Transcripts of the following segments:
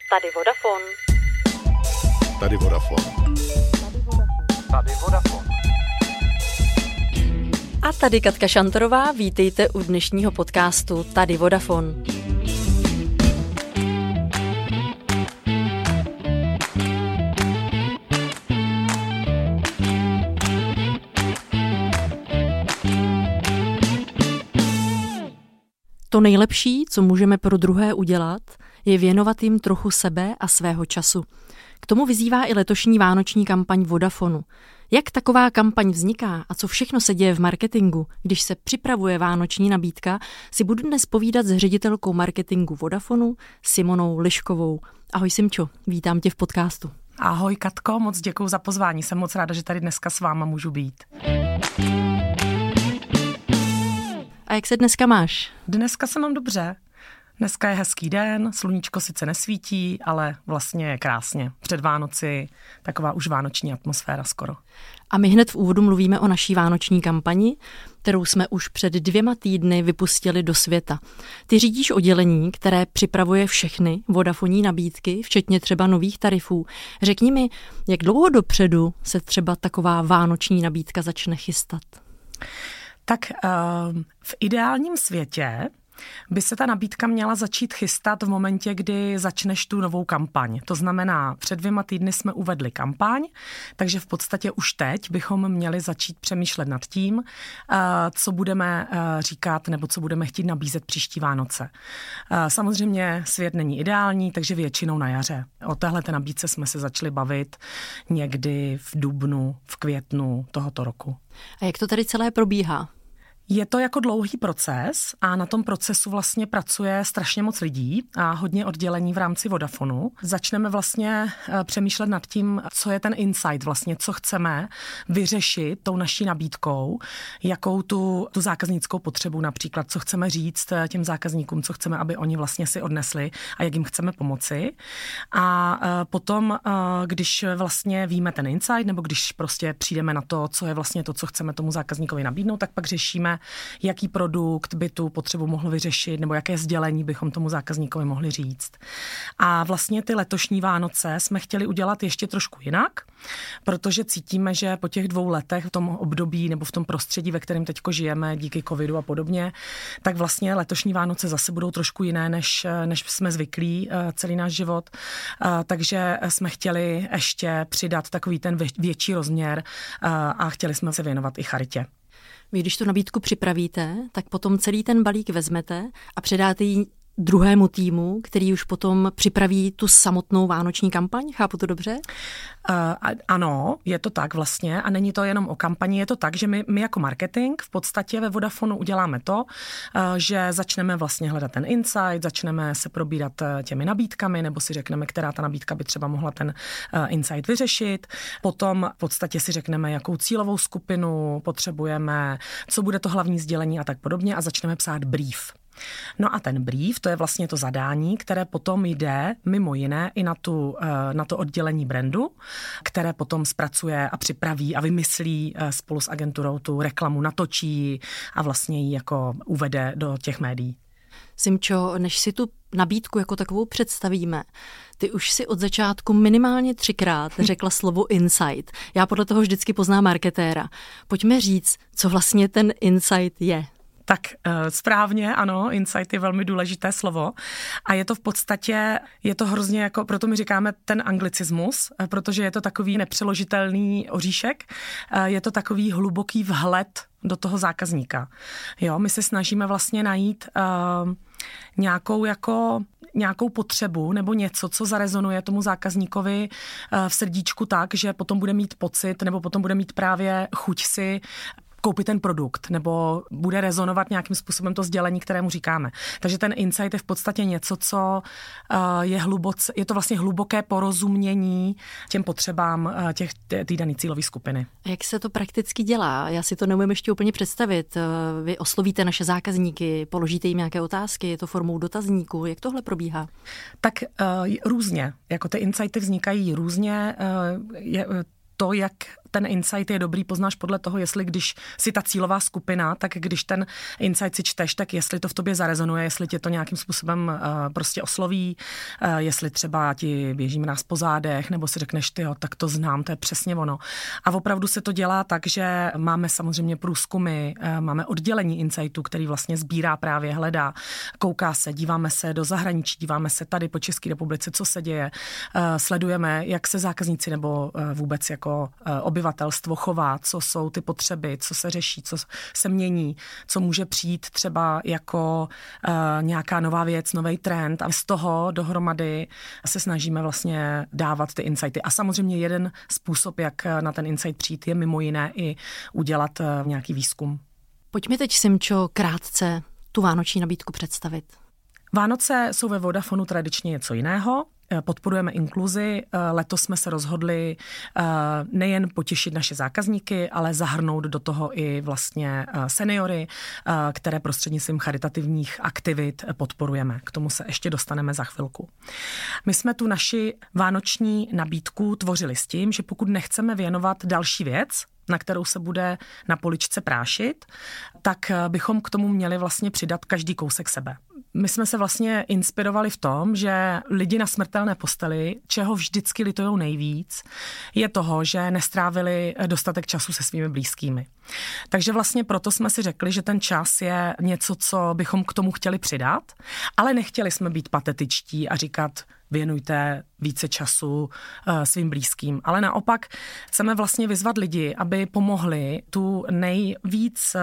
Tady Vodafone. Tady Vodafone. Tady Vodafone. A tady Katka Šantorová, vítejte u dnešního podcastu Tady Vodafone. To nejlepší, co můžeme pro druhé udělat, je věnovat jim trochu sebe a svého času. K tomu vyzývá i letošní vánoční kampaň Vodafonu. Jak taková kampaň vzniká a co všechno se děje v marketingu, když se připravuje vánoční nabídka, si budu dnes povídat s ředitelkou marketingu Vodafonu Simonou Liškovou. Ahoj Simčo, vítám tě v podcastu. Ahoj Katko, moc děkuju za pozvání. Jsem moc ráda, že tady dneska s váma můžu být. A jak se dneska máš? Dneska se mám dobře. Dneska je hezký den, sluníčko sice nesvítí, ale vlastně je krásně. Před Vánoci taková už vánoční atmosféra skoro. A my hned v úvodu mluvíme o naší vánoční kampani, kterou jsme už před 2 týdny vypustili do světa. Ty řídíš oddělení, které připravuje všechny vodafonní nabídky, včetně třeba nových tarifů. Řekni mi, jak dlouho dopředu se třeba taková vánoční nabídka začne chystat? Tak v ideálním světě by se ta nabídka měla začít chystat v momentě, kdy začneš tu novou kampaň. To znamená, před 2 týdny jsme uvedli kampaň, takže v podstatě už teď bychom měli začít přemýšlet nad tím, co budeme říkat nebo co budeme chtít nabízet příští Vánoce. Samozřejmě svět není ideální, takže většinou na jaře. O téhleté nabídce jsme se začali bavit někdy v dubnu, v květnu tohoto roku. A jak to tady celé probíhá? Je to jako dlouhý proces a na tom procesu vlastně pracuje strašně moc lidí a hodně oddělení v rámci Vodafonu. Začneme vlastně přemýšlet nad tím, co je ten insight vlastně, co chceme vyřešit tou naší nabídkou, jakou tu zákaznickou potřebu například, co chceme říct těm zákazníkům, co chceme, aby oni vlastně si odnesli a jak jim chceme pomoci. A potom, když vlastně víme ten insight, nebo když prostě přijdeme na to, co je vlastně to, co chceme tomu zákazníkovi nabídnout, tak pak řešíme, jaký produkt by tu potřebu mohl vyřešit nebo jaké sdělení bychom tomu zákazníkovi mohli říct. A vlastně ty letošní Vánoce jsme chtěli udělat ještě trošku jinak, protože cítíme, že po těch 2 letech v tom období nebo v tom prostředí, ve kterém teďko žijeme díky covidu a podobně, tak vlastně letošní Vánoce zase budou trošku jiné, než jsme zvyklí celý náš život. Takže jsme chtěli ještě přidat takový ten větší rozměr a chtěli jsme se věnovat i charitě. Vy, když tu nabídku připravíte, tak potom celý ten balík vezmete a předáte ji druhému týmu, který už potom připraví tu samotnou vánoční kampaň? Chápu to dobře? Ano, je to tak vlastně a není to jenom o kampani, je to tak, že my jako marketing v podstatě ve Vodafonu uděláme to, že začneme vlastně hledat ten insight, začneme se probírat těmi nabídkami nebo si řekneme, která ta nabídka by třeba mohla ten insight vyřešit. Potom v podstatě si řekneme, jakou cílovou skupinu potřebujeme, co bude to hlavní sdělení a tak podobně a začneme psát brief. No a ten brief, to je vlastně to zadání, které potom jde mimo jiné i na to oddělení brandu, které potom zpracuje a připraví a vymyslí spolu s agenturou tu reklamu, natočí a vlastně ji jako uvede do těch médií. Simčo, než si tu nabídku jako takovou představíme, ty už si od začátku minimálně 3krát řekla slovo insight. Já podle toho vždycky poznám marketéra. Pojďme říct, co vlastně ten insight je. Tak správně, ano, insight je velmi důležité slovo a je to v podstatě, je to hrozně jako, proto my říkáme ten anglicismus, protože je to takový nepřeložitelný oříšek, je to takový hluboký vhled do toho zákazníka. Jo, my se snažíme vlastně najít nějakou potřebu nebo něco, co zarezonuje tomu zákazníkovi v srdíčku tak, že potom bude mít pocit nebo potom bude mít právě chuť si koupit ten produkt, nebo bude rezonovat nějakým způsobem to sdělení, kterému říkáme. Takže ten insight je v podstatě něco, co je to vlastně hluboké porozumění těm potřebám té dané cílové skupiny. Jak se to prakticky dělá? Já si to neumím ještě úplně představit. Vy oslovíte naše zákazníky, položíte jim nějaké otázky, je to formou dotazníku. Jak tohle probíhá? Tak různě. Jako ty insighty vznikají různě. To, jak ten insight je dobrý, poznáš podle toho, jestli když si ta cílová skupina, tak když ten insight si čteš, tak jestli to v tobě zarezonuje, jestli tě to nějakým způsobem prostě osloví, jestli třeba ti běží mráz po zádech, nebo si řekneš, tyjo, tak to znám, to je přesně ono. A opravdu se to dělá tak, že máme samozřejmě průzkumy, máme oddělení insightů, který vlastně sbírá, právě hledá, kouká se, díváme se do zahraničí, díváme se tady po České republice, co se děje, sledujeme, jak se zákazníci nebo vůbec jako obyvatelstvo chová, co jsou ty potřeby, co se řeší, co se mění, co může přijít třeba jako nějaká nová věc, nový trend a z toho dohromady se snažíme vlastně dávat ty insighty. A samozřejmě jeden způsob, jak na ten insight přijít, je mimo jiné i udělat nějaký výzkum. Pojďme teď, Simčo, krátce tu vánoční nabídku představit. Vánoce jsou ve Vodafonu tradičně něco jiného. Podporujeme inkluzi. Letos jsme se rozhodli nejen potěšit naše zákazníky, ale zahrnout do toho i vlastně seniory, které prostřednictvím charitativních aktivit podporujeme. K tomu se ještě dostaneme za chvilku. My jsme tu naši vánoční nabídku tvořili s tím, že pokud nechceme věnovat další věc, na kterou se bude na poličce prášit, tak bychom k tomu měli vlastně přidat každý kousek sebe. My jsme se vlastně inspirovali v tom, že lidi na smrtelné posteli, čeho vždycky litujou nejvíc, je toho, že nestrávili dostatek času se svými blízkými. Takže vlastně proto jsme si řekli, že ten čas je něco, co bychom k tomu chtěli přidat, ale nechtěli jsme být patetičtí a říkat, věnujte více času svým blízkým. Ale naopak chceme vlastně vyzvat lidi, aby pomohli tu nejvíc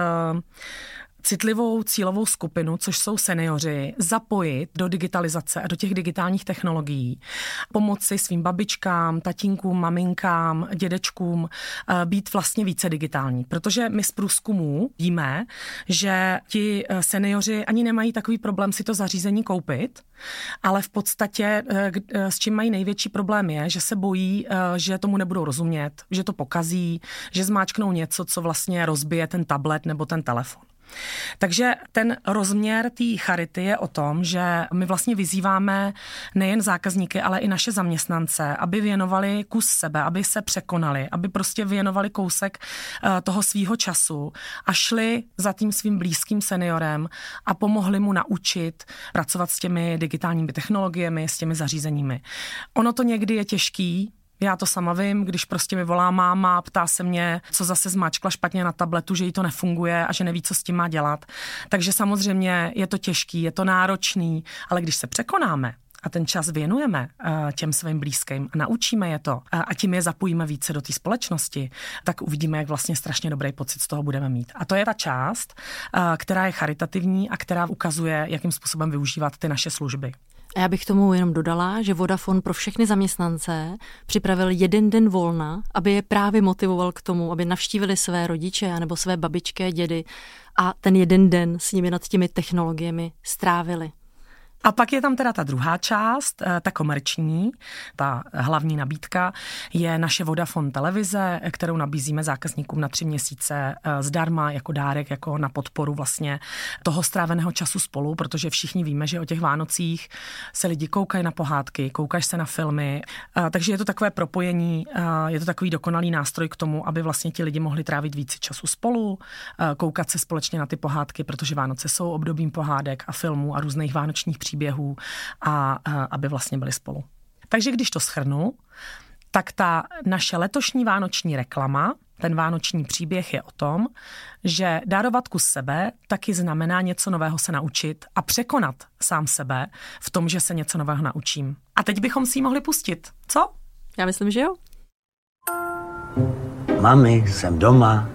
citlivou cílovou skupinu, což jsou seniori, zapojit do digitalizace a do těch digitálních technologií. Pomoci svým babičkám, tatínkům, maminkám, dědečkům být vlastně více digitální. Protože my z průzkumů víme, že ti seniori ani nemají takový problém si to zařízení koupit, ale v podstatě s čím mají největší problém je, že se bojí, že tomu nebudou rozumět, že to pokazí, že zmáčknou něco, co vlastně rozbije ten tablet nebo ten telefon. Takže ten rozměr té charity je o tom, že my vlastně vyzýváme nejen zákazníky, ale i naše zaměstnance, aby věnovali kus sebe, aby se překonali, aby prostě věnovali kousek toho svýho času a šli za tím svým blízkým seniorem a pomohli mu naučit pracovat s těmi digitálními technologiemi, s těmi zařízeními. Ono to někdy je těžký. Já to sama vím, když prostě mi volá máma, ptá se mě, co zase zmáčkla špatně na tabletu, že jí to nefunguje a že neví, co s tím má dělat. Takže samozřejmě je to těžký, je to náročný, ale když se překonáme a ten čas věnujeme těm svým blízkým a naučíme je to a tím je zapojíme více do té společnosti, tak uvidíme, jak vlastně strašně dobrý pocit z toho budeme mít. A to je ta část, která je charitativní a která ukazuje, jakým způsobem využívat ty naše služby. A já bych tomu jenom dodala, že Vodafone pro všechny zaměstnance připravil 1 den volna, aby je právě motivoval k tomu, aby navštívili své rodiče nebo své babičky, dědy a ten 1 den s nimi nad těmi technologiemi strávili. A pak je tam teda ta druhá část, ta komerční, ta hlavní nabídka je naše Vodafone televize, kterou nabízíme zákazníkům na 3 měsíce zdarma jako dárek, jako na podporu vlastně toho stráveného času spolu, protože všichni víme, že o těch Vánocích se lidi koukají na pohádky, koukají se na filmy, takže je to takové propojení, je to takový dokonalý nástroj k tomu, aby vlastně ti lidi mohli trávit více času spolu, koukat se společně na ty pohádky, protože Vánoce jsou obdobím pohádek a filmů a různých vánočních příběhů a aby vlastně byli spolu. Takže když to shrnu, tak ta naše letošní vánoční reklama, ten vánoční příběh je o tom, že dárovat kus sebe taky znamená něco nového se naučit a překonat sám sebe v tom, že se něco nového naučím. A teď bychom si ji mohli pustit. Co? Já myslím, že jo. Mami, jsem doma.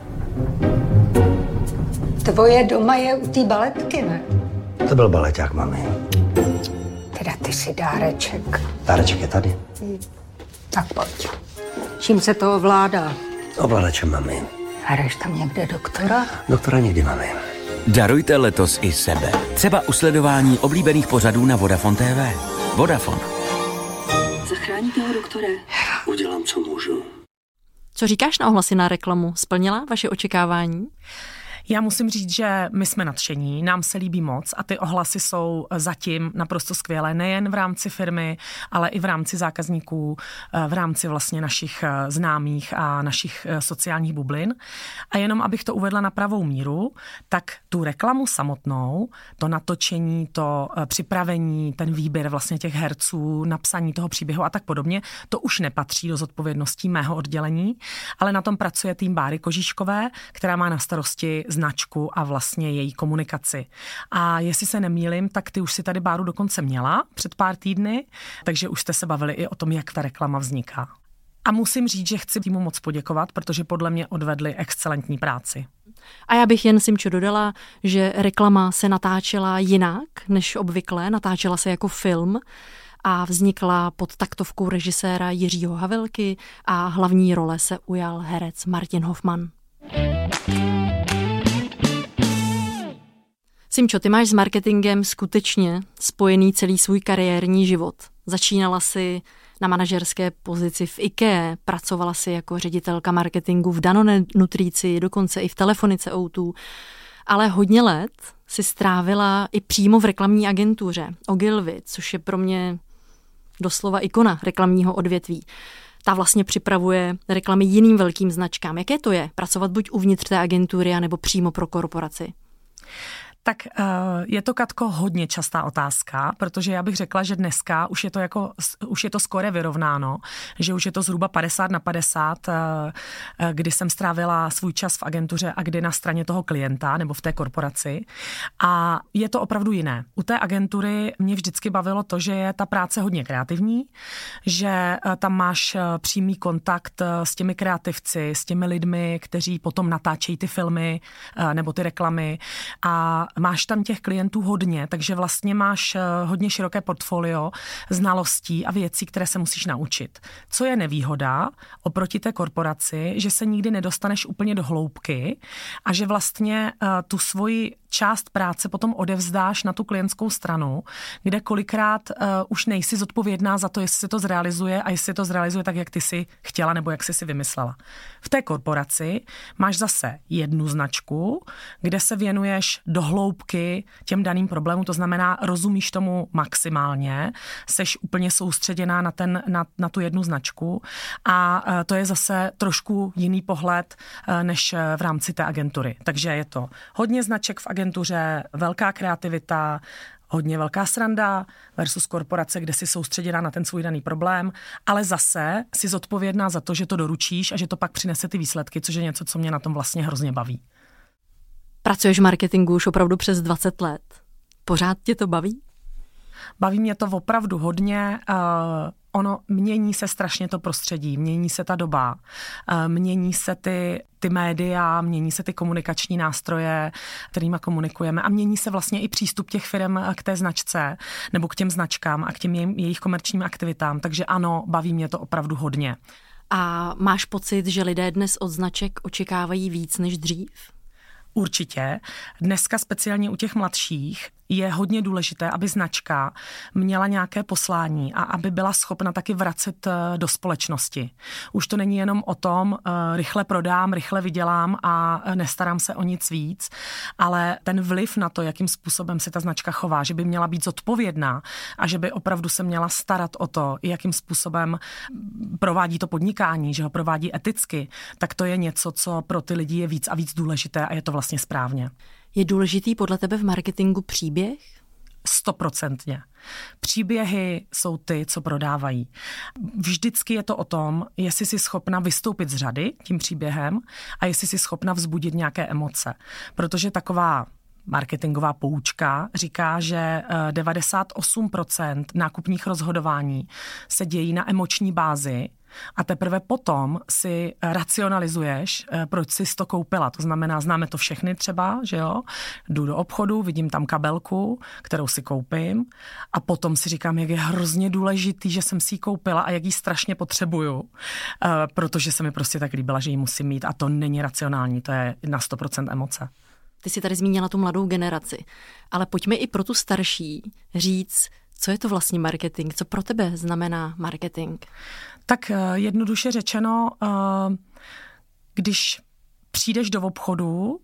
Tvoje doma je u té baletky, ne? To byl baleťák, mami. Teda ty si dáreček. Dáreček je tady. Tak pojď. Čím se to ovládá? Ovladačem, mami. Hraješ tam někde doktora? Doktora nikdy, mami. Darujte letos i sebe. Třeba u sledování oblíbených pořadů na Vodafone TV. Vodafone. Zachráníte ho, doktore? Udělám, co můžu. Co říkáš na ohlasy na reklamu? Splnila vaše očekávání? Já musím říct, že my jsme nadšení, nám se líbí moc a ty ohlasy jsou zatím naprosto skvělé, nejen v rámci firmy, ale i v rámci zákazníků, v rámci vlastně našich známých a našich sociálních bublin. A jenom abych to uvedla na pravou míru, tak tu reklamu samotnou, to natočení, to připravení, ten výběr vlastně těch herců, napsaní toho příběhu a tak podobně, to už nepatří do zodpovědností mého oddělení, ale na tom pracuje tým Báry Kožíškové, která má na starosti značku a vlastně její komunikaci. A jestli se nemýlim, tak ty už si tady Báru dokonce měla před pár týdny, takže už jste se bavili i o tom, jak ta reklama vzniká. A musím říct, že chci týmu moc poděkovat, protože podle mě odvedli excelentní práci. A já bych jen, Simčo, dodala, že reklama se natáčela jinak než obvykle, natáčela se jako film a vznikla pod taktovkou režiséra Jiřího Havelky a hlavní role se ujal herec Martin Hoffman. Simčo, ty máš s marketingem skutečně spojený celý svůj kariérní život. Začínala si na manažerské pozici v IKEA, pracovala si jako ředitelka marketingu v Danone Nutrici, dokonce i v Telefonice O2, ale hodně let si strávila i přímo v reklamní agentuře Ogilvy, což je pro mě doslova ikona reklamního odvětví. Ta vlastně připravuje reklamy jiným velkým značkám. Jaké to je pracovat buď uvnitř té agentury, nebo přímo pro korporaci? Tak je to, Katko, hodně častá otázka, protože já bych řekla, že dneska už je to skoro vyrovnáno, že už je to zhruba 50/50, kdy jsem strávila svůj čas v agentuře a kdy na straně toho klienta nebo v té korporaci. A je to opravdu jiné. U té agentury mě vždycky bavilo to, že je ta práce hodně kreativní, že tam máš přímý kontakt s těmi kreativci, s těmi lidmi, kteří potom natáčejí ty filmy nebo ty reklamy a máš tam těch klientů hodně, takže vlastně máš hodně široké portfolio znalostí a věcí, které se musíš naučit. Co je nevýhoda oproti té korporaci, že se nikdy nedostaneš úplně do hloubky a že vlastně tu svoji část práce potom odevzdáš na tu klientskou stranu, kde kolikrát už nejsi zodpovědná za to, jestli se to zrealizuje a jestli se to zrealizuje tak, jak ty si chtěla nebo jak jsi si vymyslela. V té korporaci máš zase jednu značku, kde se věnuješ do hloubky těm daným problémům, to znamená, rozumíš tomu maximálně, seš úplně soustředěná na tu jednu značku a to je zase trošku jiný pohled než v rámci té agentury. Takže je to hodně značek v agentuře, velká kreativita, hodně velká sranda versus korporace, kde jsi soustředěná na ten svůj daný problém, ale zase jsi zodpovědná za to, že to doručíš a že to pak přinese ty výsledky, což je něco, co mě na tom vlastně hrozně baví. Pracuješ v marketingu už opravdu přes 20 let. Pořád tě to baví? Baví mě to opravdu hodně. Ono mění se strašně to prostředí, mění se ta doba, mění se ty média, mění se ty komunikační nástroje, kterýma komunikujeme a mění se vlastně i přístup těch firm k té značce nebo k těm značkám a k těm jejich komerčním aktivitám. Takže ano, baví mě to opravdu hodně. A máš pocit, že lidé dnes od značek očekávají víc než dřív? Určitě. Dneska speciálně u těch mladších je hodně důležité, aby značka měla nějaké poslání a aby byla schopna taky vracet do společnosti. Už to není jenom o tom, rychle prodám, rychle vydělám a nestarám se o nic víc, ale ten vliv na to, jakým způsobem se ta značka chová, že by měla být zodpovědná a že by opravdu se měla starat o to, jakým způsobem provádí to podnikání, že ho provádí eticky, tak to je něco, co pro ty lidi je víc a víc důležité a je to vlastně správně. Je důležitý podle tebe v marketingu příběh? 100%. Příběhy jsou ty, co prodávají. Vždycky je to o tom, jestli jsi schopna vystoupit z řady tím příběhem a jestli jsi schopna vzbudit nějaké emoce. Protože taková marketingová poučka říká, že 98% nákupních rozhodování se dějí na emoční bázi a teprve potom si racionalizuješ, proč jsi to koupila. To znamená, známe to všechny třeba, že jo? Jdu do obchodu, vidím tam kabelku, kterou si koupím a potom si říkám, jak je hrozně důležitý, že jsem si ji koupila a jak ji strašně potřebuju, protože se mi prostě tak líbila, že ji musím mít a to není racionální, to je na 100% emoce. Ty jsi tady zmínila tu mladou generaci, ale pojďme i pro tu starší říct, co je to vlastně marketing, co pro tebe znamená marketing? Tak jednoduše řečeno, když přijdeš do obchodu,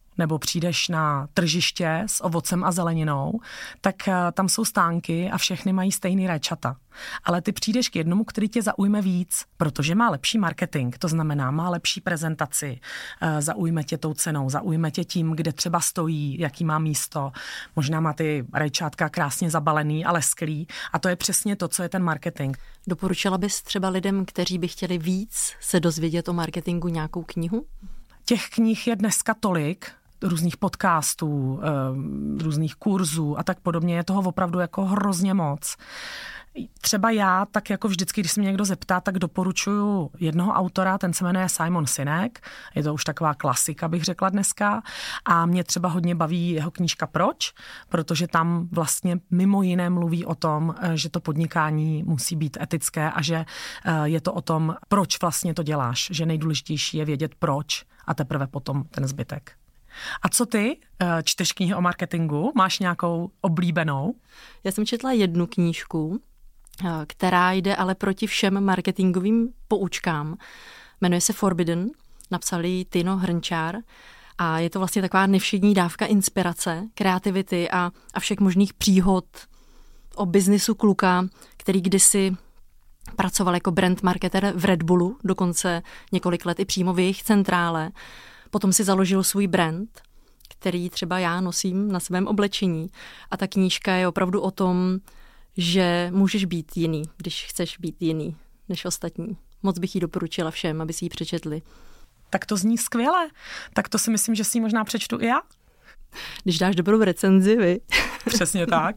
nebo přijdeš na tržiště s ovocem a zeleninou, tak tam jsou stánky a všechny mají stejný rajčata. Ale ty přijdeš k jednomu, který tě zaujme víc, protože má lepší marketing, to znamená, má lepší prezentaci, zaujme tě tou cenou, zaujme tě tím, kde třeba stojí, jaký má místo, možná má ty rajčátka krásně zabalený a lesklý a to je přesně to, co je ten marketing. Doporučila bys třeba lidem, kteří by chtěli víc se dozvědět o marketingu, nějakou knihu? Těch knih je dneska tolik, různých podcastů, různých kurzů a tak podobně, je toho opravdu jako hrozně moc. Třeba já, tak jako vždycky, když se mě někdo zeptá, tak doporučuju jednoho autora, ten se jmenuje Simon Sinek, je to už taková klasika, bych řekla dneska, a mě třeba hodně baví jeho knížka Proč, protože tam vlastně mimo jiné mluví o tom, že to podnikání musí být etické a že je to o tom, proč vlastně to děláš, že nejdůležitější je vědět proč a teprve potom ten zbytek. A co ty? Čteš knihy o marketingu? Máš nějakou oblíbenou? Já jsem četla jednu knížku, která jde ale proti všem marketingovým poučkám. Jmenuje se Forbidden, napsal ji Tino Hrnčár a je to vlastně taková nevšední dávka inspirace, kreativity a všech možných příhod o biznisu kluka, který kdysi pracoval jako brand marketer v Red Bullu, dokonce několik let i přímo v jejich centrále. Potom si založil svůj brand, který třeba já nosím na svém oblečení. A ta knížka je opravdu o tom, že můžeš být jiný, když chceš být jiný než ostatní. Moc bych ji doporučila všem, aby si ji přečetli. Tak to zní skvěle. Tak to si myslím, že si ji možná přečtu i já. Když dáš dobrou recenzi, vy. Přesně tak.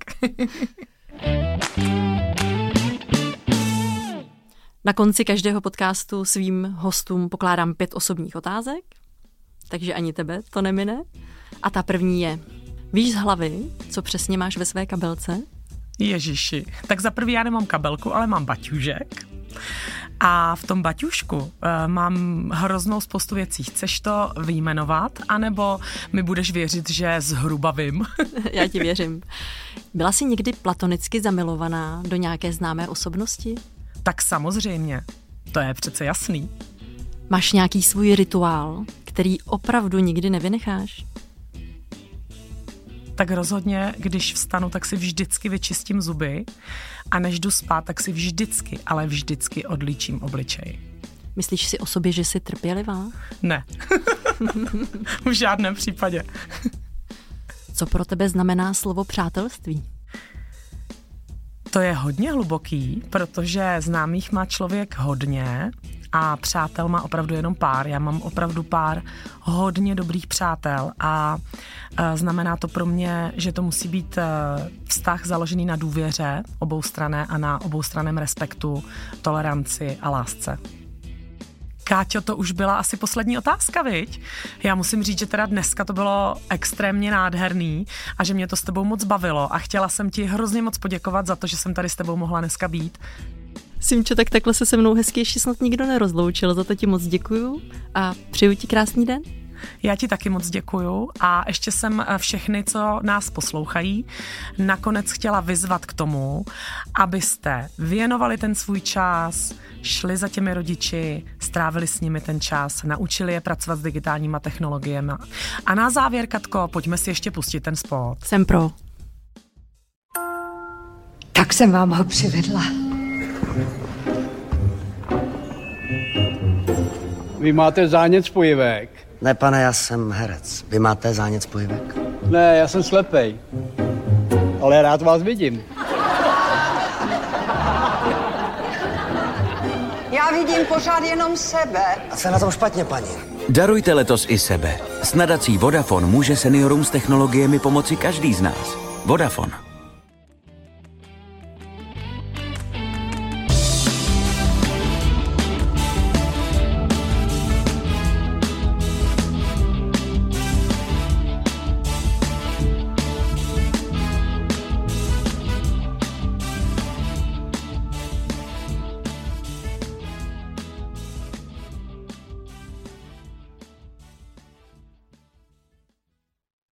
Na konci každého podcastu svým hostům pokládám 5 osobních otázek, takže ani tebe to nemine. A ta první je, víš z hlavy, co přesně máš ve své kabelce? Ježiši, tak za prvý já nemám kabelku, ale mám baťužek. A v tom baťušku mám hroznou spoustu věcí. Chceš to vyjmenovat, anebo mi budeš věřit, že zhruba vím? Já ti věřím. Byla jsi někdy platonicky zamilovaná do nějaké známé osobnosti? Tak samozřejmě, to je přece jasný. Máš nějaký svůj rituál, který opravdu nikdy nevynecháš? Tak rozhodně, když vstanu, tak si vždycky vyčistím zuby a než jdu spát, tak si vždycky, ale vždycky odlíčím obličej. Myslíš si o sobě, že jsi trpělivá? Ne. V žádném případě. Co pro tebe znamená slovo přátelství? To je hodně hluboký, protože známých má člověk hodně a přátel má opravdu jenom pár. Já mám opravdu pár hodně dobrých přátel a znamená to pro mě, že to musí být vztah založený na důvěře oboustranné a na oboustranném respektu, toleranci a lásce. Káťo, to už byla asi poslední otázka, viď? Já musím říct, že teda dneska to bylo extrémně nádherný a že mě to s tebou moc bavilo a chtěla jsem ti hrozně moc poděkovat za to, že jsem tady s tebou mohla dneska být. Simčo, tak takhle se mnou hezky ještě snad nikdo nerozloučil, za to ti moc děkuju a přeju ti krásný den. Já ti taky moc děkuju a ještě jsem všechny, co nás poslouchají, nakonec chtěla vyzvat k tomu, abyste věnovali ten svůj čas, šli za těmi rodiči, strávili s nimi ten čas, naučili je pracovat s digitálníma technologiemi. A na závěr, Katko, pojďme si ještě pustit ten spot. Jsem pro. Tak jsem vám ho přivedla. Vy máte zánět spojivek? Ne, pane, já jsem herec. Vy máte zánět spojivek? Ne, já jsem slepej. Ale rád vás vidím. Já vidím pořád jenom sebe. A co je na tom špatně, paní? Darujte letos i sebe. S nadací Vodafone může seniorům s technologiemi pomoci každý z nás. Vodafone.